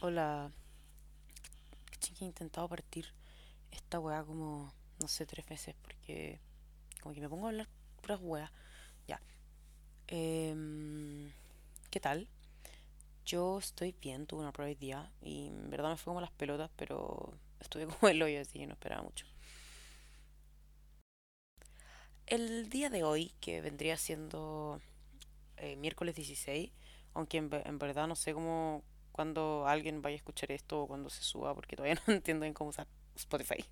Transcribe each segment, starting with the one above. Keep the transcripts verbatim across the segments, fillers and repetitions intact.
Hola, caché que he intentado partir esta weá como, no sé, tres veces porque como que me pongo a hablar puras weas. Ya. Em, ¿Qué tal? Yo estoy bien, tuve una prueba hoy día y en verdad me fue como las pelotas, pero estuve como el hoyo, así que no esperaba mucho. El día de hoy, que vendría siendo eh, miércoles dieciséis, aunque en, ve- en verdad no sé cómo, cuando alguien vaya a escuchar esto o cuando se suba, porque todavía no entiendo bien cómo usar Spotify.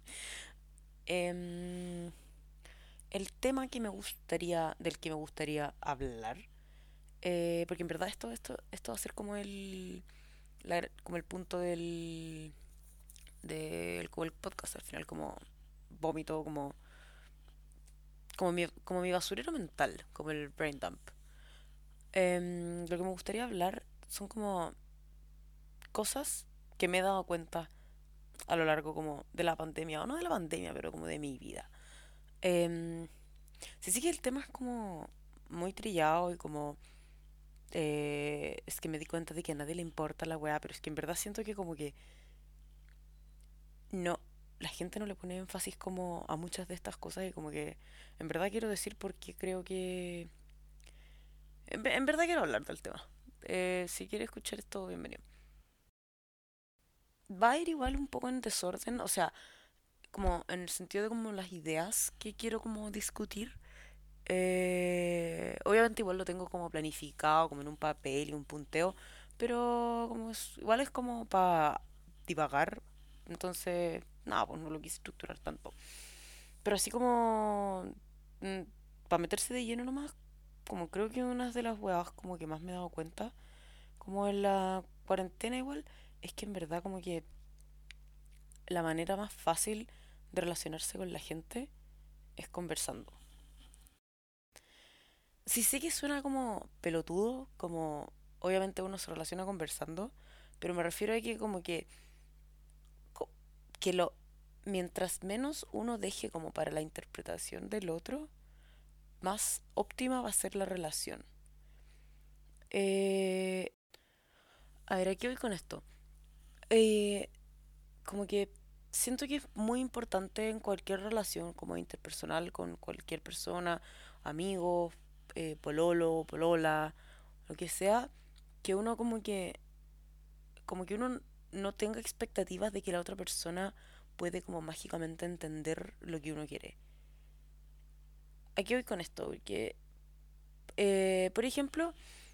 Em, el tema que me gustaría, del que me gustaría hablar, eh, porque en verdad esto, esto, esto va a ser como el, la- como el punto del, del, como el podcast al final, como vómito, como, como mi, como mi basurero mental, como el brain dump. Em, lo que me gustaría hablar son como cosas que me he dado cuenta a lo largo como de la pandemia, o no de la pandemia, pero como de mi vida. Em, sí, sí que el tema es como muy trillado y como eh, es que me di cuenta de que a nadie le importa la weá, pero es que en verdad siento que como que no, la gente no le pone énfasis como a muchas de estas cosas y como que en verdad quiero decir porque creo que... En, en verdad quiero hablar del tema. Eh, si quieres escuchar esto, bienvenido. Va a ir igual un poco en desorden, o sea, como en el sentido de como las ideas que quiero como discutir. Eh, obviamente igual lo tengo como planificado, como en un papel y un punteo, pero como es- igual es como para divagar, entonces, nada, pues no lo quise estructurar tanto. Pero así como para meterse de lleno nomás, como creo que una de las huevas como que más me he dado cuenta, como en la cuarentena igual, es que en verdad como que la manera más fácil de relacionarse con la gente es conversando. Sí sé que suena como pelotudo, como obviamente uno se relaciona conversando, pero me refiero a que como que, co- que lo, mientras menos uno deje como para la interpretación del otro, más óptima va a ser la relación. Eh, a ver, ¿a qué voy con esto? Eh, Como que siento que es muy importante en cualquier relación, como interpersonal, con cualquier persona, amigo, eh, pololo, polola, lo que sea, que uno como que como que uno no tenga expectativas de que la otra persona puede como mágicamente entender lo que uno quiere. Aquí voy con esto, porque, eh, por ejemplo,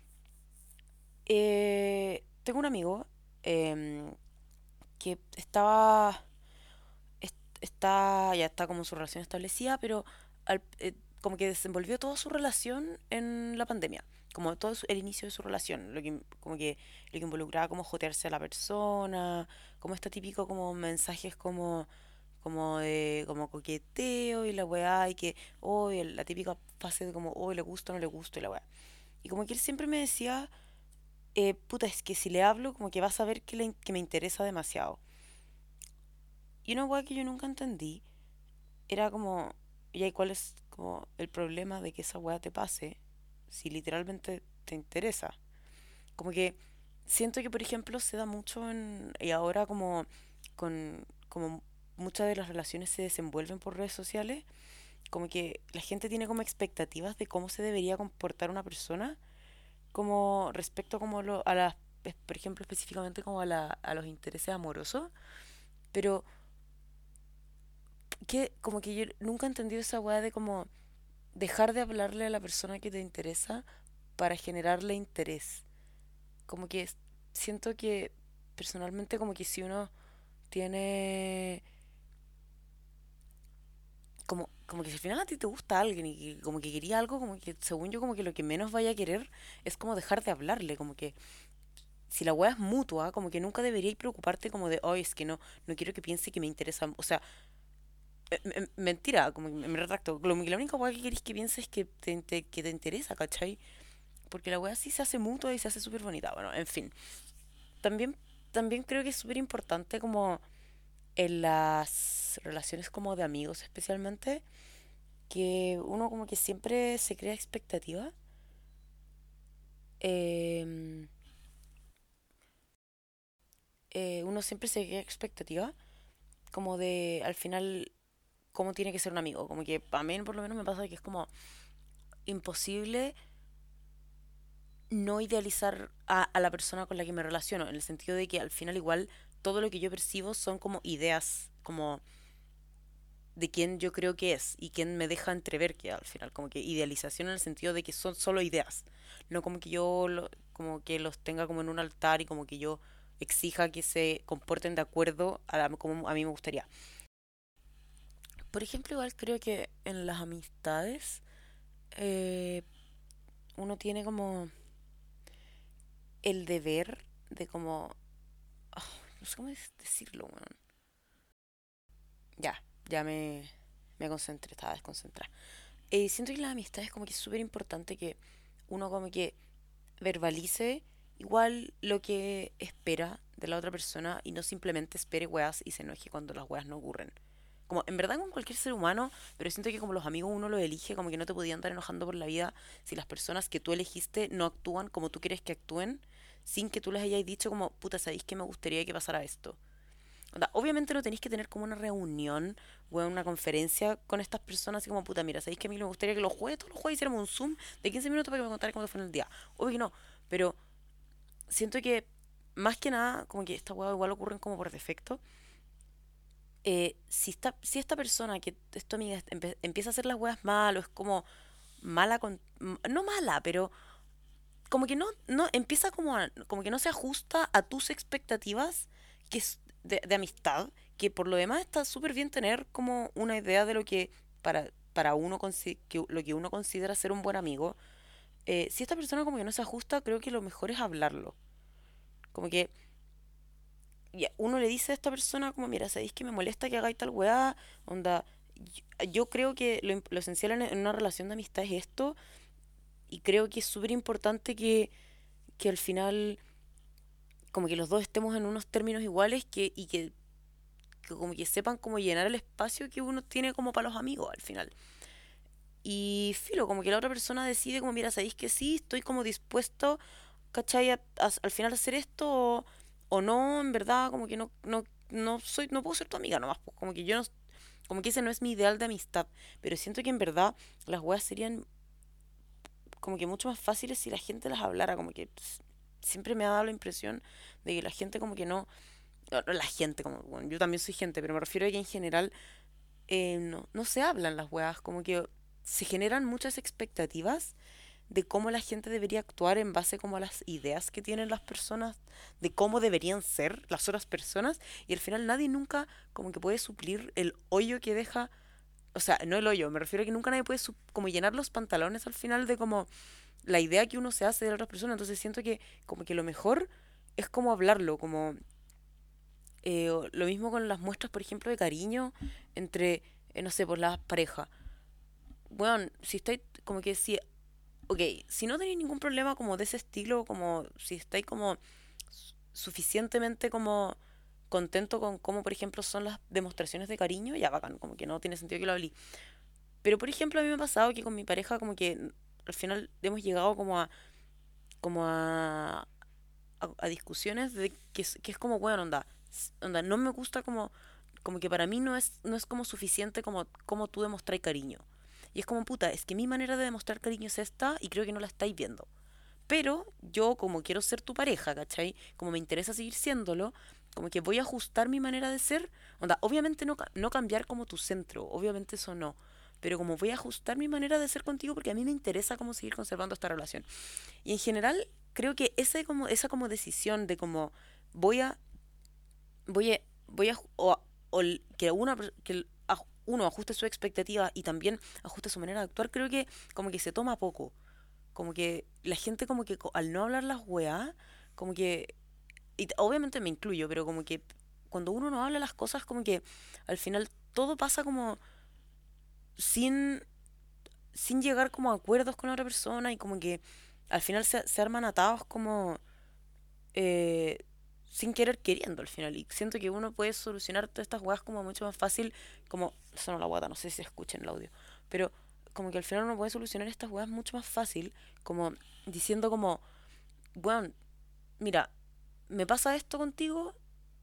eh, tengo un amigo em, que estaba, est- está, ya está como su relación establecida, pero al- eh, como que desenvolvió toda su relación en la pandemia, como todo su- el inicio de su relación, lo que, como que, lo que involucraba como jotearse a la persona, como este típico como mensajes como como de como coqueteo y la weá y que hoy la típica fase de como hoy le gusta o no le gusta y la weá y como que él siempre me decía eh, puta es que si le hablo como que vas a ver que, le, que me interesa demasiado y una weá que yo nunca entendí era como y ahí cuál es como el problema de que esa weá te pase si literalmente te interesa como que siento que por ejemplo se da mucho en y ahora como con como muchas de las relaciones se desenvuelven por redes sociales como que la gente tiene como expectativas de cómo se debería comportar una persona, como respecto como lo, a las, es- por ejemplo, específicamente como a, la, a los intereses amorosos, pero que como que yo nunca he entendido esa weá de como dejar de hablarle a la persona que te interesa para generarle interés. Como que es- siento que personalmente como que si uno tiene como, como que si al final a ti te gusta alguien y que como que quería algo, como que según yo como que lo que menos vaya a querer es como dejar de hablarle, como que si la weá es mutua, como que nunca deberíais preocuparte como de, oh, es que no, no quiero que piense que me interesa, o sea, eh, eh, mentira, como que me, me retracto, lo, la única weá que queréis que piense es que te, te- que te interesa, ¿cachai? Porque la weá sí se hace mutua y se hace súper bonita, bueno, en fin. También, también creo que es súper importante como en las relaciones como de amigos especialmente, que uno como que siempre se crea expectativa. em, eh, uno siempre se queda expectativa, como de al final cómo tiene que ser un amigo. Como que a mí por lo menos me pasa que es como imposible no idealizar a, a la persona con la que me relaciono, en el sentido de que al final igual todo lo que yo percibo son como ideas, como de quién yo creo que es y quién me deja entrever que al final, como que idealización en el sentido de que son solo ideas, no como que yo lo- como que los tenga como en un altar y como que yo exija que se comporten de acuerdo a la- como a mí me gustaría. Por ejemplo, igual creo que en las amistades eh, uno tiene como el deber de como, ah, no sé cómo es decirlo, weón. Ya, ya me, me concentré, estaba desconcentrada. Eh, siento que las amistades como que es súper importante que uno como que verbalice igual lo que espera de la otra persona y no simplemente espere weas y se enoje cuando las weas no ocurren. Como en verdad con cualquier ser humano, pero siento que como los amigos uno los elige, como que no te podían estar enojando por la vida si las personas que tú elegiste no actúan como tú quieres que actúen, sin que tú les hayas dicho como, puta, ¿sabéis que me gustaría que pasara esto? Onda, obviamente no tenéis que tener como una reunión o una conferencia con estas personas así como, puta, mira, ¿sabéis que a mí me gustaría que los jueves, todos los jueves hiciéramos un Zoom de quince minutos para que me contara cómo te fue en el día? Obvio que no, pero siento que más que nada, como que estas weas igual ocurren como por defecto. Eh, si, esta, si esta persona que es tu amiga empe- empieza a hacer las weas mal o es como mala con... m- no mala, pero como que no, no empieza como, a- como que no se ajusta a tus expectativas que es de, de amistad, que por lo demás está súper bien tener como una idea de lo que para, para uno consi- que, lo que uno considera ser un buen amigo. Eh, si esta persona como que no se ajusta, creo que lo mejor es hablarlo. Como que ya, uno le dice a esta persona como, mira, ¿sabéis que me molesta que hagáis tal weá? Onda, yo, yo creo que lo, lo esencial en, en una relación de amistad es esto, y creo que es súper importante que, que al final como que los dos estemos en unos términos iguales que, y que, que como que sepan cómo llenar el espacio que uno tiene como para los amigos al final. Y filo, como que la otra persona decide como, mira, sabéis que sí, estoy como dispuesto, ¿cachai? A- a- al final hacer esto o, o no, en verdad, como que no, no, no soy, no puedo ser tu amiga nomás, pues como que yo no, como que ese no es mi ideal de amistad, pero siento que en verdad las weas serían como que mucho más fáciles si la gente las hablara, como que s- siempre me ha dado la impresión de que la gente como que no, no, no la gente, como, bueno, yo también soy gente, pero me refiero a que en general eh, no, no se hablan las weas, como que se generan muchas expectativas de cómo la gente debería actuar en base como a las ideas que tienen las personas, de cómo deberían ser las otras personas, y al final nadie nunca como que puede suplir el hoyo que deja, o sea, no el hoyo, me refiero a que nunca nadie puede su- como llenar los pantalones al final de como la idea que uno se hace de la otra persona, entonces siento que como que lo mejor es como hablarlo, como eh, lo mismo con las muestras, por ejemplo, de cariño entre, eh, no sé, por las parejas. Bueno, si estáis, como que si, ok, si no tenéis ningún problema como de ese estilo, como si estáis como suficientemente como contento con cómo, por ejemplo, son las demostraciones de cariño, ya bacán, como que no tiene sentido que lo hablé. Pero, por ejemplo, a mí me ha pasado que con mi pareja como que al final hemos llegado como a, como a, a, a discusiones de que es, que es como, bueno, onda, onda, no me gusta como, como que para mí no es, no es como suficiente como, como tú demostrar cariño. Y es como, puta, es que mi manera de demostrar cariño es esta y creo que no la estáis viendo. Pero yo, como quiero ser tu pareja, ¿cachai? Como me interesa seguir siéndolo, como que voy a ajustar mi manera de ser. Onda, obviamente no, no cambiar como tu centro, obviamente eso no. Pero como voy a ajustar mi manera de ser contigo porque a mí me interesa como seguir conservando esta relación. Y en general, creo que esa como, esa como decisión de como voy a, voy a, voy a, o, o que una, que uno ajuste su expectativa y también ajuste su manera de actuar, creo que como que se toma poco. Como que la gente como que al no hablar las weas, como que, y obviamente me incluyo, pero como que cuando uno no habla las cosas, como que al final todo pasa como sin, sin llegar como a acuerdos con la otra persona y como que al final se, se arman atados como eh, sin querer queriendo al final. Y siento que uno puede solucionar todas estas weas como mucho más fácil, como, sonó la guata, no sé si se escucha en el audio, pero como que al final uno puede solucionar estas weas mucho más fácil, como diciendo como, bueno, mira, me pasa esto contigo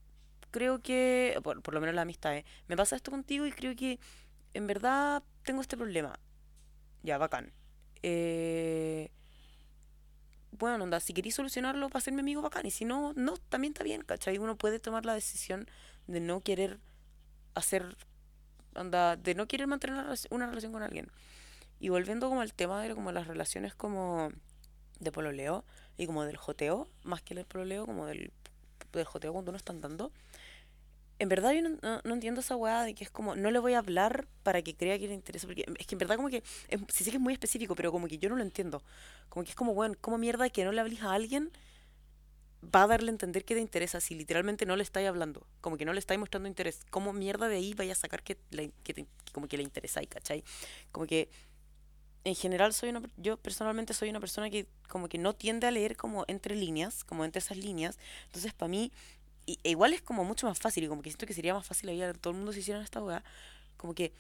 creo que, por, por lo menos la amistad, ¿eh? Me pasa esto contigo y creo que en verdad tengo este problema. Ya, bacán. Eh, bueno, onda, si queréis solucionarlo para ser mi amigo, bacán. Y si no, no, también está bien, ¿cachai? Uno puede tomar la decisión de no querer hacer, onda, de no querer mantener una, relac- una relación con alguien. Y volviendo como al tema de como las relaciones como de pololeo y como del joteo, más que del pololeo, como del, del joteo cuando uno está andando. En verdad yo no, no- no entiendo esa weá de que es como, no le voy a hablar para que crea que le interesa, porque es que en verdad como que, es- sí sé que es muy específico, pero como que yo no lo entiendo. Como que es como, bueno, ¿cómo mierda que no le hables a alguien va a darle a entender que te interesa si literalmente no le estáis hablando? Como que no le estáis mostrando interés. ¿Cómo mierda de ahí vaya a sacar que, le- que te- que como que le interesáis, ¿cachai? Como que en general soy una, yo personalmente soy una persona que como que no tiende a leer como entre líneas, como entre esas líneas. Entonces para mí, y- e igual es como mucho más fácil y como que siento que sería más fácil la vida de todo el mundo si hicieran esta weá, como que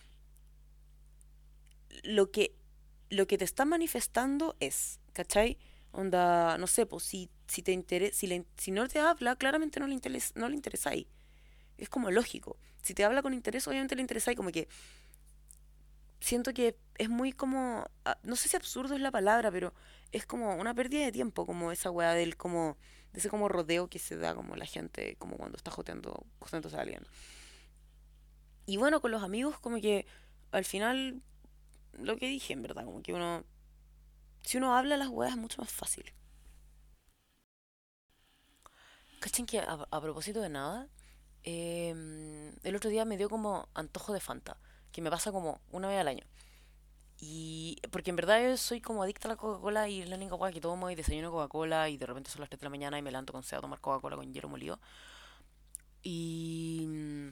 lo que lo que te está manifestando es, ¿cachai? Onda, no sé, pues si, si te interesa, si, le- si no te habla, claramente no le interesa, no le interesáis. Es como lógico. Si te habla con interés, obviamente le interesáis, como que siento que es muy como, ah, no sé si absurdo es la palabra, pero es como una pérdida de tiempo, como esa weá del como, de ese como rodeo que se da como la gente, como cuando está joteando, joteándose a alguien. Y bueno, con los amigos como que al final, lo que dije en verdad, como que uno, si uno habla las weas es mucho más fácil. ¿Cachen que a, a propósito de nada? Em, el otro día me dio como antojo de Fanta, que me pasa como una vez al año. Y porque en verdad yo soy como adicta a la Coca-Cola y es la única hueá que tomo y desayuno Coca-Cola y de repente son las tres de la mañana y me levanto con sed a tomar Coca-Cola con hielo molido. Y, mm,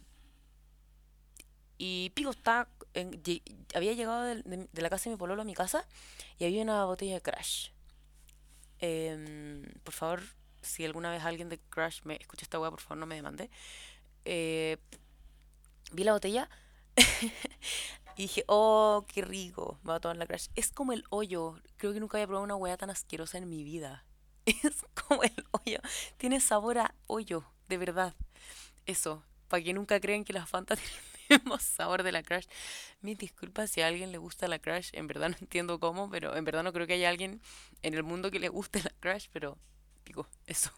y pico, está, en- lle- había llegado del- de, de la casa de mi pololo a mi casa y había una botella de Crash. Em, por favor, si alguna vez alguien de Crash me escucha esta hueá, por favor no me demande. Eh, Vi la botella y dije, oh, qué rico, me voy a tomar la Crash. Es como el hoyo. Creo que nunca había probado una hueá tan asquerosa en mi vida. Es como el hoyo. Tiene sabor a hoyo, de verdad. Eso, para que nunca crean que las Fanta tienen el mismo sabor de la Crash. Mis disculpas si a alguien le gusta la Crash, en verdad no entiendo cómo, pero en verdad no creo que haya alguien en el mundo que le guste la Crash, pero digo, eso.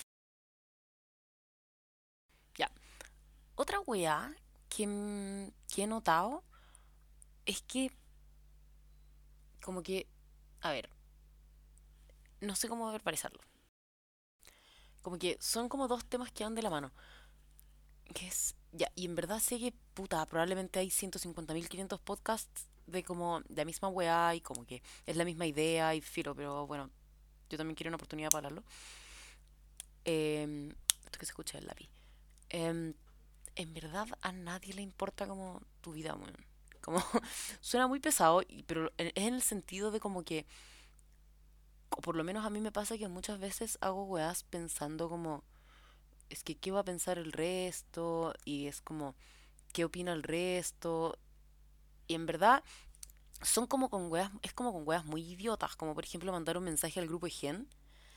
Ya. Otra weá que, mm, que he notado es que, como que, a ver, no sé cómo verbalizarlo. Como que son como dos temas que van de la mano. Que es, ya, y en verdad sé que, puta, probablemente hay ciento cincuenta mil quinientos podcasts de como de la misma weá y como que es la misma idea y filo, pero bueno, yo también quiero una oportunidad para hablarlo. Eh, Esto que se escucha el lápiz. Eh, en verdad a nadie le importa como tu vida, weón. Como, suena muy pesado, y- pero es en el sentido de como que, o por lo menos a mí me pasa que muchas veces hago weás pensando como, es que qué va a pensar el resto, y es como, qué opina el resto, y en verdad son como con weas, es como con weas muy idiotas, como por ejemplo mandar un mensaje al grupo de Gen,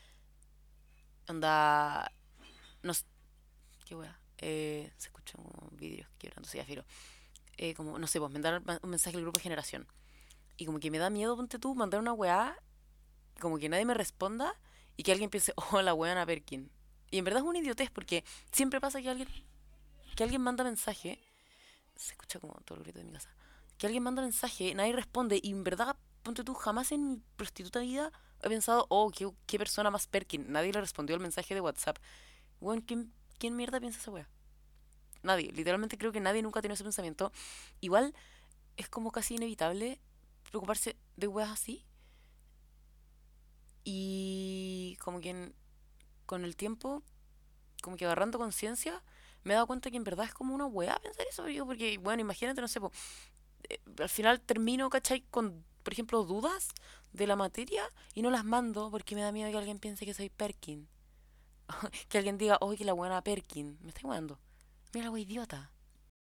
onda, no sé, qué wea, eh, se escuchan como vidrios quebrándose, ya filo, eh, como, no sé, pues mandar un mensaje al grupo de generación, y como que me da miedo, ponte tú, mandar una wea, como que nadie me responda, y que alguien piense, oh, la weona Perkin, y en verdad es una idiotez, porque siempre pasa que alguien, que alguien manda mensaje, se escucha como todo el grito de mi casa, que alguien manda mensaje, nadie responde, y en verdad, ponte tú, jamás en mi prostituta vida he pensado, oh, qué, qué persona más Perkin. Nadie le respondió el mensaje de WhatsApp. Weón, ¿quién, ¿quién mierda piensa esa wea? Nadie. Literalmente creo que nadie nunca ha tenido ese pensamiento. Igual es como casi inevitable preocuparse de weas así. Y como que en- con el tiempo, como que agarrando conciencia, me he dado cuenta que en verdad es como una wea pensar eso. Porque, porque, bueno, imagínate, no sé, po, eh, al final termino, ¿cachai? Con, por ejemplo, dudas de la materia y no las mando porque me da miedo que alguien piense que soy Perkin. Que alguien diga, oye, que la buena Perkin. Me está jugando. Mira la wea idiota.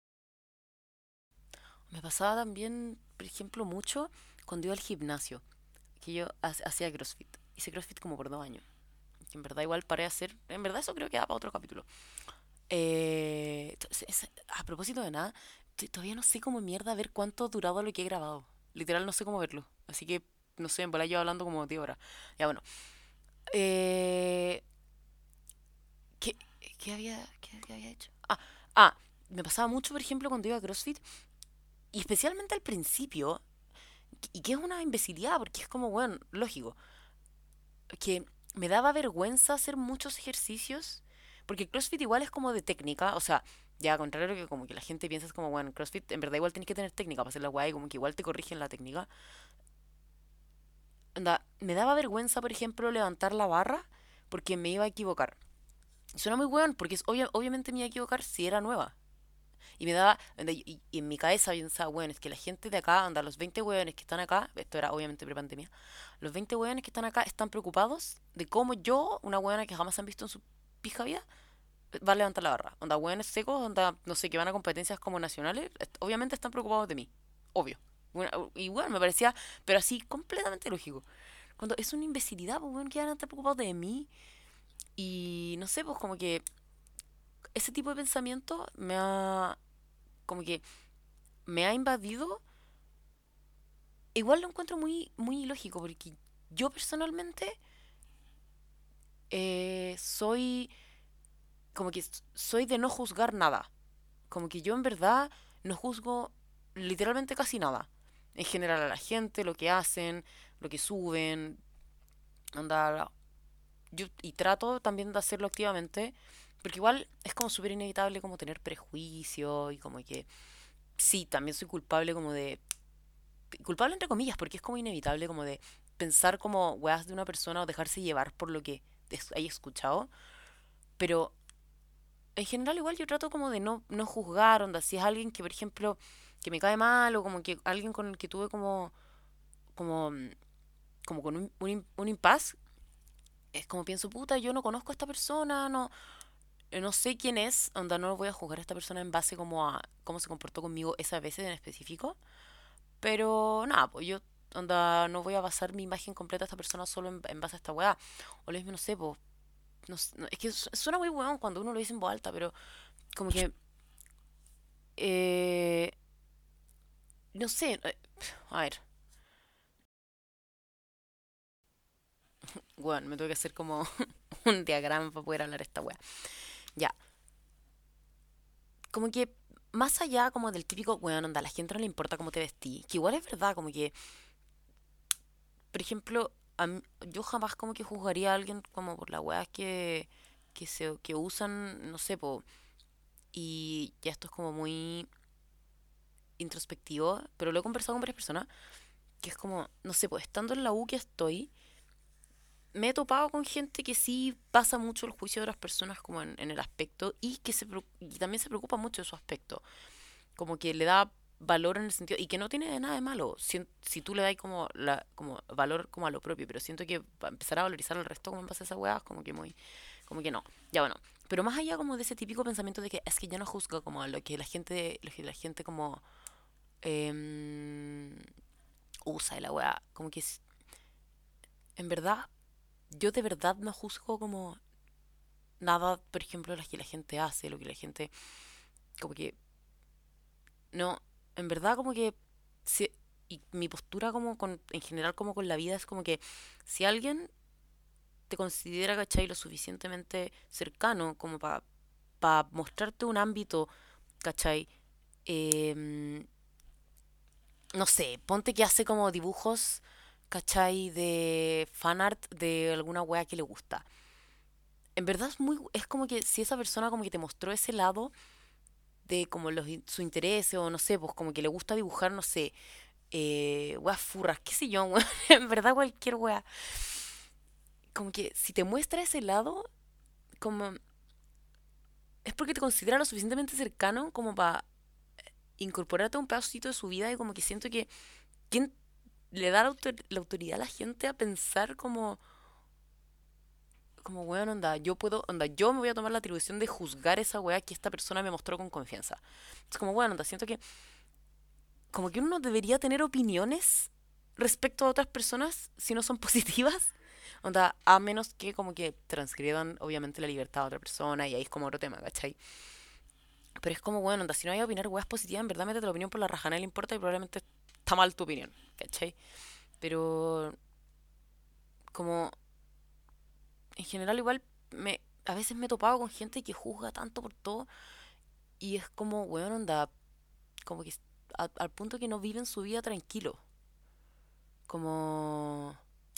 Me pasaba también, por ejemplo, mucho cuando iba al gimnasio. Que yo ha- hacía CrossFit. Hice CrossFit como por dos años. Que en verdad igual paré a hacer. En verdad eso creo que da para otro capítulo. Eh, to- es- es- a propósito de nada, t- todavía no sé cómo mierda ver cuánto ha durado lo que he grabado. Literal no sé cómo verlo. Así que, no sé, en verdad yo hablando como diez horas. Ya bueno. Eh, ¿qué, qué había, qué, qué había hecho? Ah, ah, me pasaba mucho, por ejemplo, cuando iba a CrossFit. Y especialmente al principio. Y que es una imbecilidad, porque es como, bueno, lógico. Que me daba vergüenza hacer muchos ejercicios, porque el CrossFit igual es como de técnica, o sea, ya al contrario que como que la gente piensa es como, bueno, CrossFit en verdad igual tienes que tener técnica para hacer la guay, como que igual te corrigen la técnica. Onda, me daba vergüenza, por ejemplo, levantar la barra porque me iba a equivocar. Y suena muy weón, porque es obvia- obviamente me iba a equivocar si era nueva. Y me daba, onda, y, y- y en mi cabeza pensaba, bueno, es que la gente de acá, anda, los veinte weones que están acá, esto era obviamente pre-pandemia, los veinte weones que están acá están preocupados de cómo yo, una weona que jamás han visto en su pija vida, va a levantar la barra. Onda, weones secos, onda, no sé, que van a competencias como nacionales, est- obviamente están preocupados de mí. Obvio. Bueno, y bueno, me parecía, pero así, completamente lógico. Cuando es una imbecilidad, pues, weón, que van a estar preocupados de mí. Y no sé, pues como que ese tipo de pensamiento me ha, como que me ha invadido. Igual lo encuentro muy, muy ilógico, porque yo personalmente eh, soy, como que s- soy de no juzgar nada. Como que yo en verdad no juzgo literalmente casi nada. En general a la gente, lo que hacen, lo que suben, andar. Yo, y trato también de hacerlo activamente, porque igual es como súper inevitable como tener prejuicio y como que sí, también soy culpable como de, culpable entre comillas, porque es como inevitable como de pensar como weas de una persona o dejarse llevar por lo que es- hay escuchado, pero en general igual yo trato como de no, no juzgar, onda, si es alguien que por ejemplo que me cae mal o como que alguien con el que tuve como como mm, como con un, un, im- un impas, es como pienso, puta, yo no conozco a esta persona, no eh, no sé quién es, onda, no voy a juzgar a esta persona en base como a cómo se comportó conmigo esa vez en específico. Pero nada, pues yo onda, no voy a basar mi imagen completa a esta persona solo en, en base a esta weá. O lo mismo, no sé, pues. No, s- no, es que su- suena muy weón cuando uno lo dice en voz alta, pero como que. Eh, no sé. eh, A ver, weón, me tuve que hacer como un diagrama para poder hablar esta weá. Ya, como que más allá como del típico, weón, onda, a la gente no le importa cómo te vestí. Que igual es verdad, como que, por ejemplo, a mí- yo jamás como que juzgaría a alguien como por las weas que, que, se, que usan, no sé, po. Y ya esto es como muy introspectivo, pero lo he conversado con varias personas, que es como, no sé, pues estando en la U que estoy, me he topado con gente que sí pasa mucho el juicio de otras personas como en, en el aspecto y que se, preo- y también se preocupa mucho de su aspecto, como que le da valor en el sentido, y que no tiene nada de malo, si, si tú le das como, la, como valor como a lo propio, pero siento que para empezar a valorizar al resto como en base a esas weas, como que muy, como que no, ya bueno, pero más allá como de ese típico pensamiento de que es que yo no juzgo como lo que la gente, lo que la gente como em, usa de la weá. Como que es- en verdad, yo de verdad no juzgo como nada, por ejemplo, lo que la gente hace, lo que la gente, como que, no, en verdad como que, si- y mi postura como con, en general como con la vida es como que si alguien te considera, ¿cachai? Lo suficientemente cercano como para pa mostrarte un ámbito, ¿cachai? Em, no sé, ponte que hace como dibujos, ¿cachai? De fanart de alguna wea que le gusta. En verdad es muy, es como que si esa persona como que te mostró ese lado de como los, in- su interés o no sé, pues como que le gusta dibujar, no sé, eh, weas furras, qué sé yo, weón, en verdad cualquier wea. Como que si te muestra ese lado, como es porque te considera lo suficientemente cercano como para incorporarte a un pedacito de su vida y como que siento que ¿quién le da la, autor- la autoridad a la gente a pensar como como weón, onda, yo puedo, onda, yo me voy a tomar la atribución de juzgar esa weá que esta persona me mostró con confianza. Es como, weón, onda, siento que como que uno no debería tener opiniones respecto a otras personas si no son positivas. Onda, a menos que como que transgredan obviamente la libertad de otra persona y ahí es como otro tema, ¿cachai? Pero es como, bueno, onda, si no hay a opinar weas positivas, en verdad métete la opinión por la rajana, no le importa y probablemente está mal tu opinión, ¿cachai? Pero como en general igual me a veces me he topado con gente que juzga tanto por todo y es como, weón, onda, como que a- al punto que no viven su vida tranquilo. Como,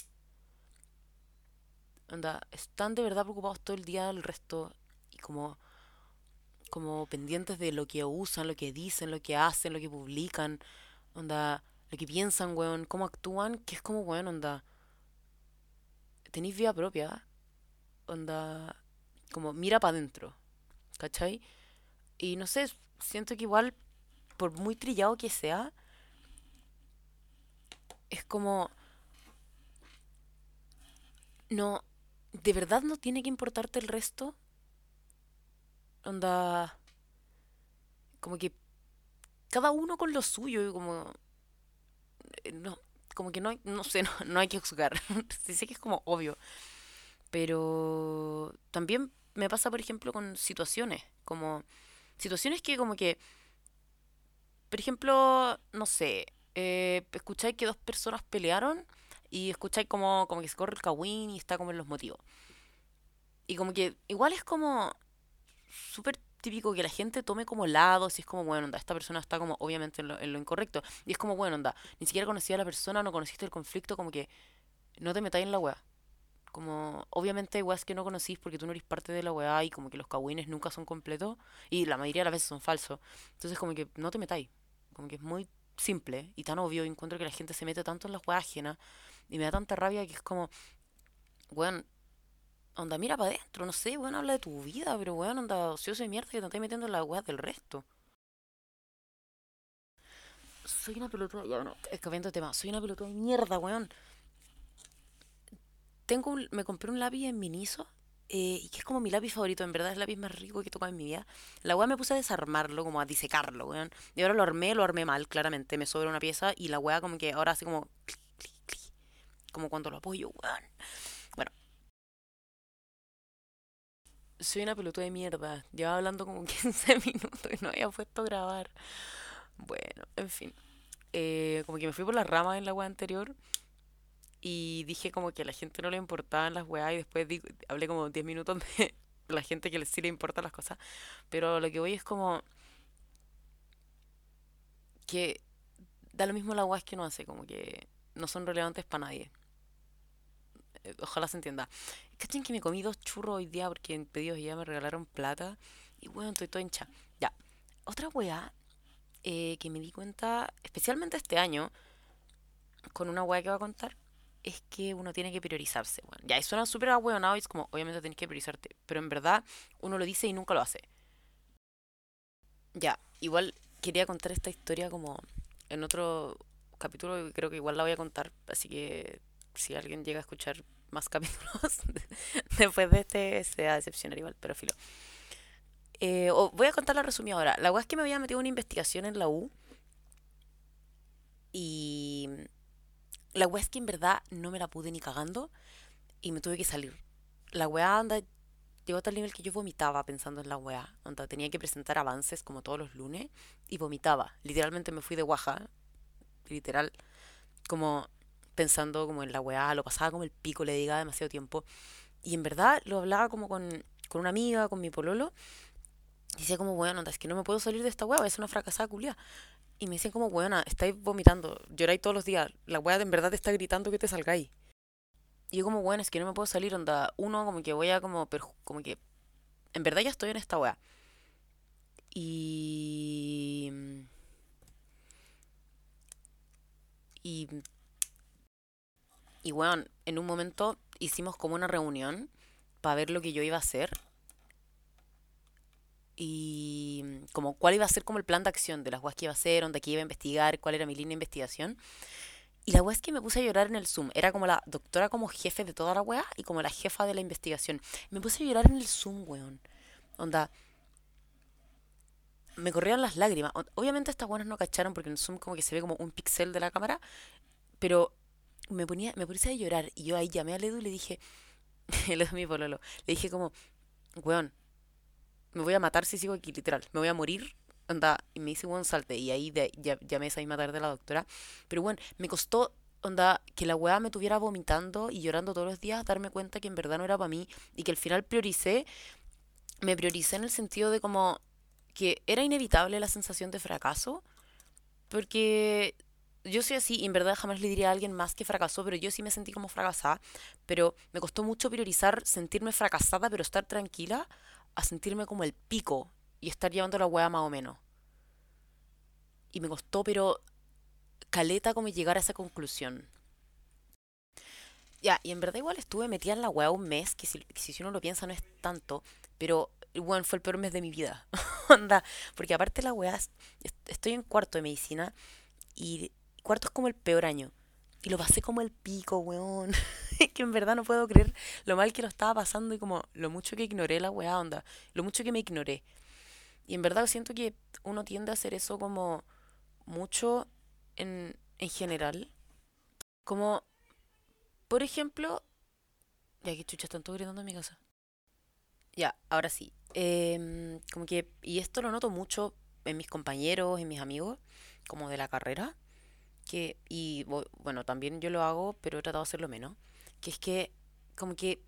onda, están de verdad preocupados todo el día del resto y como, como pendientes de lo que usan, lo que dicen, lo que hacen, lo que publican, onda, lo que piensan, weón, cómo actúan, que es como, weón, onda, tenéis vida propia, onda, como mira para adentro, ¿cachai? Y no sé, siento que igual, por muy trillado que sea, es como, no, de verdad no tiene que importarte el resto, onda, como que cada uno con lo suyo, y como, eh, no, como que no hay, no sé, no, no hay que juzgar. Sí sé que es como obvio, pero también me pasa, por ejemplo, con situaciones, como situaciones que como que, por ejemplo, no sé, eh, escucháis que dos personas pelearon y escucháis como, como que se corre el cagüín y está como en los motivos. Y como que igual es como súper típico que la gente tome como lado, si es como, bueno, onda, esta persona está como obviamente en lo, en lo incorrecto. Y es como, bueno, onda, ni siquiera conocía a la persona, no conociste el conflicto, como que no te metáis en la weá. Como, obviamente hay weas que no conocís porque tú no eres parte de la weá y como que los cagüines nunca son completos y la mayoría de las veces son falsos. Entonces como que no te metáis. Como que es muy simple y tan obvio y encuentro que la gente se mete tanto en las weas ajenas y me da tanta rabia que es como, weón, onda, mira para adentro, no sé, weón, habla de tu vida, pero weón, onda, ocioso de mierda que te estás metiendo en las weas del resto. Soy una pelotuda, ya bueno, es cambiando de tema, soy una pelotuda de mierda, weón. Tengo un, me compré un lápiz en Miniso, eh, y que es como mi lápiz favorito, en verdad es el lápiz más rico que he tocado en mi vida. La weá me puse a desarmarlo, como a disecarlo, weón. Y ahora lo armé, lo armé mal, claramente, me sobra una pieza y la weá como que ahora hace como, clic, clic, clic, como cuando lo apoyo, weón. Bueno, soy una pelotuda de mierda, llevaba hablando como quince minutos y no había puesto a grabar. Bueno, en fin. Eh, como que me fui por las ramas en la weá anterior y dije como que a la gente no le importaban las weas y después di- hablé como diez minutos de la gente que le- sí le importan las cosas. Pero lo que voy es como que da lo mismo la wea que uno hace, como que no son relevantes para nadie. Eh, Ojalá se entienda. ¿Cachen que me comí dos churros hoy día porque en pedidos ya me regalaron plata? Y bueno, estoy toda hincha. Ya. Otra wea eh, que me di cuenta, especialmente este año, con una wea que voy a contar, es que uno tiene que priorizarse, weón. Ya, y suena súper ahueonado y es como, obviamente tenés que priorizarte, pero en verdad uno lo dice y nunca lo hace. Ya, igual quería contar esta historia como en otro capítulo y creo que igual la voy a contar, así que si alguien llega a escuchar más capítulos después de este se va a decepcionar igual, pero filo. Eh, o voy a contar la resumida ahora. La weá es que me había metido en una investigación en la U y la weá es que en verdad no me la pude ni cagando y me tuve que salir. La weá anda, llegó a tal nivel que yo vomitaba pensando en la weá. Onda, tenía que presentar avances como todos los lunes y vomitaba. Literalmente me fui de guaja, literal, como pensando como en la weá, lo pasaba como el pico, le dedicaba demasiado tiempo. Y en verdad lo hablaba como con, con una amiga, con mi pololo, y decía como, bueno, onda, es que no me puedo salir de esta weá, es una fracasada culia. Y me decían como, weona, estáis vomitando, lloráis todos los días, la weá de en verdad te está gritando que te salgáis. Y yo como, bueno, es que no me puedo salir, onda, uno como que voy a como, perju- como que en verdad ya estoy en esta weá. Y... Y... Y bueno, en un momento hicimos como una reunión para ver lo que yo iba a hacer y como cuál iba a ser como el plan de acción de las weas que iba a hacer, dónde que iba a investigar, cuál era mi línea de investigación. Y la wea es que me puse a llorar en el Zoom. Era como la doctora como jefe de toda la wea y como la jefa de la investigación. Me puse a llorar en el Zoom, weón. Onda, me corrieron las lágrimas. Obviamente estas buenas no cacharon porque en el Zoom como que se ve como un pixel de la cámara, pero me ponía, me puse a llorar y yo ahí llamé al Edu y le dije, el Edu es mi pololo, le dije como, weón, me voy a matar si sigo aquí, literal, me voy a morir. Onda, y me dice, weón, salte. Y ahí de, ya, llamé esa misma tarde a la doctora. Pero bueno, me costó, onda, que la weá me tuviera vomitando y llorando todos los días, darme cuenta que en verdad no era para mí y que al final prioricé, me prioricé en el sentido de como que era inevitable la sensación de fracaso, porque yo soy así y en verdad jamás le diría a alguien más que fracasó, pero yo sí me sentí como fracasada, pero me costó mucho priorizar sentirme fracasada pero estar tranquila a sentirme como el pico y estar llevando la weá más o menos. Y me costó, pero caleta como llegar a esa conclusión. Ya, y en verdad igual estuve metida en la weá un mes, que si, que si uno lo piensa no es tanto, pero bueno, fue el peor mes de mi vida. Onda, porque aparte la weá, es- est- estoy en cuarto de medicina y cuarto es como el peor año. Y lo pasé como el pico, weón. Es que en verdad no puedo creer lo mal que lo estaba pasando y como lo mucho que ignoré la weá, onda. Lo mucho que me ignoré. Y en verdad siento que uno tiende a hacer eso como mucho en, en general. Como, por ejemplo, ya que chucha, están todos gritando en mi casa. Ya, ahora sí. Em, como que, y esto lo noto mucho en mis compañeros, en mis amigos, como de la carrera, que, y bu- bueno, también yo lo hago, pero he tratado de hacerlo menos, que es que como que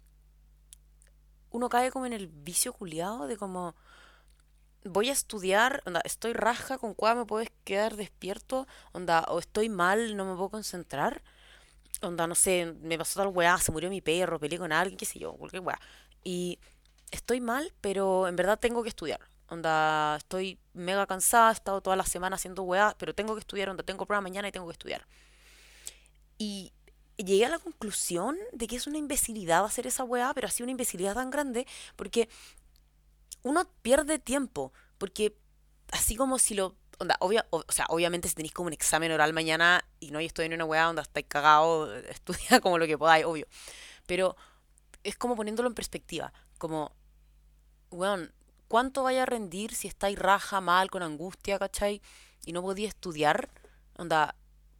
uno cae como en el vicio culiado de como voy a estudiar, onda, estoy raja, con cuál me puedes quedar despierto, onda, o estoy mal, no me puedo concentrar, onda, no sé, me pasó tal weá, se murió mi perro, peleé con alguien, qué sé yo, cualquier weá. Y estoy mal, pero en verdad tengo que estudiar. Onda, estoy mega cansada, he estado toda la semana haciendo weá, pero tengo que estudiar, onda, tengo prueba mañana y tengo que estudiar. Y llegué a la conclusión de que es una imbecilidad hacer esa weá, pero así una imbecilidad tan grande, porque uno pierde tiempo, porque así como si lo... Onda, obvia, o, o sea, obviamente si tenéis como un examen oral mañana y no, y estoy en una weá donde estáis cagado, estudia como lo que podáis, obvio. Pero es como poniéndolo en perspectiva, como, weón, ¿cuánto vaya a rendir si estáis raja, mal, con angustia, ¿cachai? Y no podía estudiar, onda,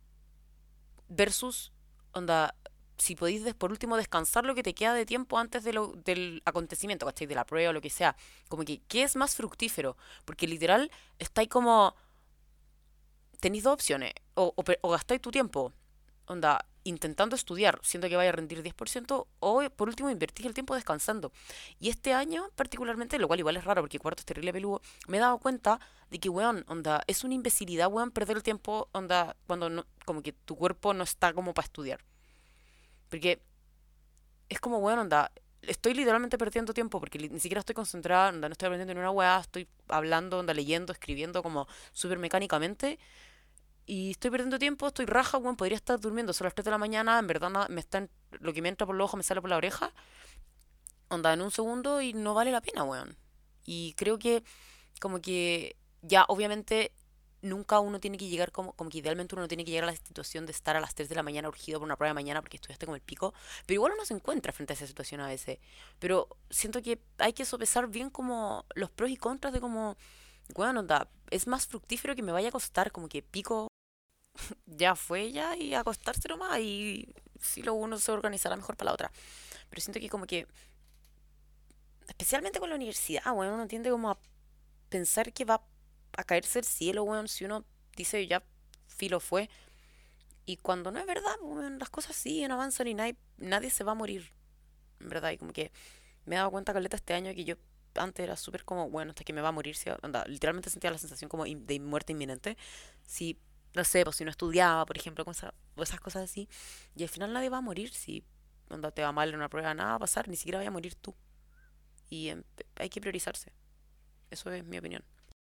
versus, onda, si podéis des- por último descansar lo que te queda de tiempo antes de lo- del acontecimiento, ¿cachai? De la prueba o lo que sea. Como que, ¿qué es más fructífero? Porque literal, estáis como, tenéis dos opciones, o, o, pe- o gastáis tu tiempo, onda, intentando estudiar, siendo que vaya a rendir diez por ciento, o por último invertís el tiempo descansando. Y este año, particularmente, lo cual igual es raro porque cuarto es terrible peludo, me he dado cuenta de que, weón, onda, es una imbecilidad, weón, perder el tiempo, onda, cuando no, como que tu cuerpo no está como para estudiar. Porque es como, weón, onda, estoy literalmente perdiendo tiempo porque li- ni siquiera estoy concentrada, onda, no estoy aprendiendo en una weá, estoy hablando, onda, leyendo, escribiendo como súper mecánicamente y estoy perdiendo tiempo, estoy raja, weón, podría estar durmiendo, son las tres de la mañana, en verdad na- me están, lo que me entra por los ojos me sale por la oreja, onda, en un segundo y no vale la pena, weón. Y creo que como que ya obviamente nunca uno tiene que llegar como, como que idealmente uno no tiene que llegar a la situación de estar a las tres de la mañana urgido por una prueba de mañana porque estudiaste como el pico, pero igual uno se encuentra frente a esa situación a veces. Pero siento que hay que sopesar bien como los pros y contras de como, bueno, onda, es más fructífero que me vaya a costar como que pico ya fue ya y acostarse nomás y si lo uno se organizará mejor para la otra. Pero siento que como que, especialmente con la universidad, bueno, uno tiende como a pensar que va a caerse el cielo, weón, si uno dice ya filo fue. Y cuando no es verdad, weón, las cosas siguen, avanzan y nadie, nadie se va a morir, en verdad. Y como que me he dado cuenta, Caleta, este año que yo antes era súper como, bueno, hasta que me va a morir, si, onda, literalmente sentía la sensación como in- de muerte inminente. Si, no sé, pues si no estudiaba, por ejemplo, con esa- o esas cosas así. Y al final nadie va a morir si onda te va mal en una prueba, nada va a pasar, ni siquiera vaya a morir tú. Y em, hay que priorizarse. Eso es mi opinión.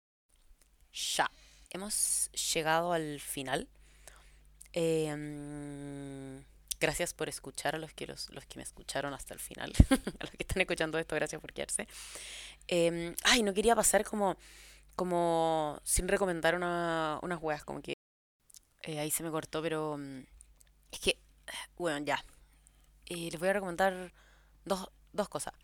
Ya, hemos llegado al final. Eh, mm, gracias por escuchar a los que, los, los que me escucharon hasta el final. A los que están escuchando esto, gracias por quedarse. Eh, ay, no quería pasar como, como sin recomendar una, unas weas, como que eh, ahí se me cortó, pero mm, es que, bueno, ya. Eh, les voy a recomendar dos, dos cosas.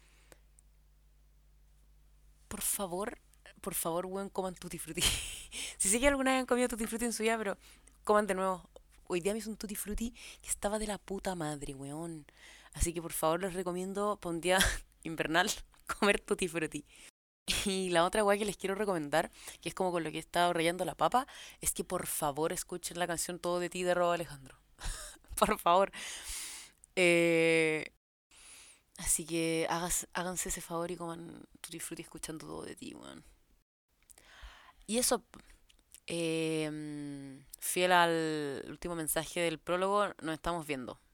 Por favor, por favor, weón, coman tutti frutti. Si sé que alguna vez han comido tutti frutti en su vida, pero coman de nuevo. hoy día me hice un tutti frutti que estaba de la puta madre, weón. Así que por favor les recomiendo para un día invernal comer tutti frutti. Y la otra weá que les quiero recomendar, que es como con lo que he estado rayando la papa, es que por favor escuchen la canción Todo de ti de Robo Alejandro. Por favor. Eh, Así que hagas- háganse ese favor y coman tutti frutti escuchando Todo de ti, weón. Y eso, eh, fiel al último mensaje del prólogo, nos estamos viendo.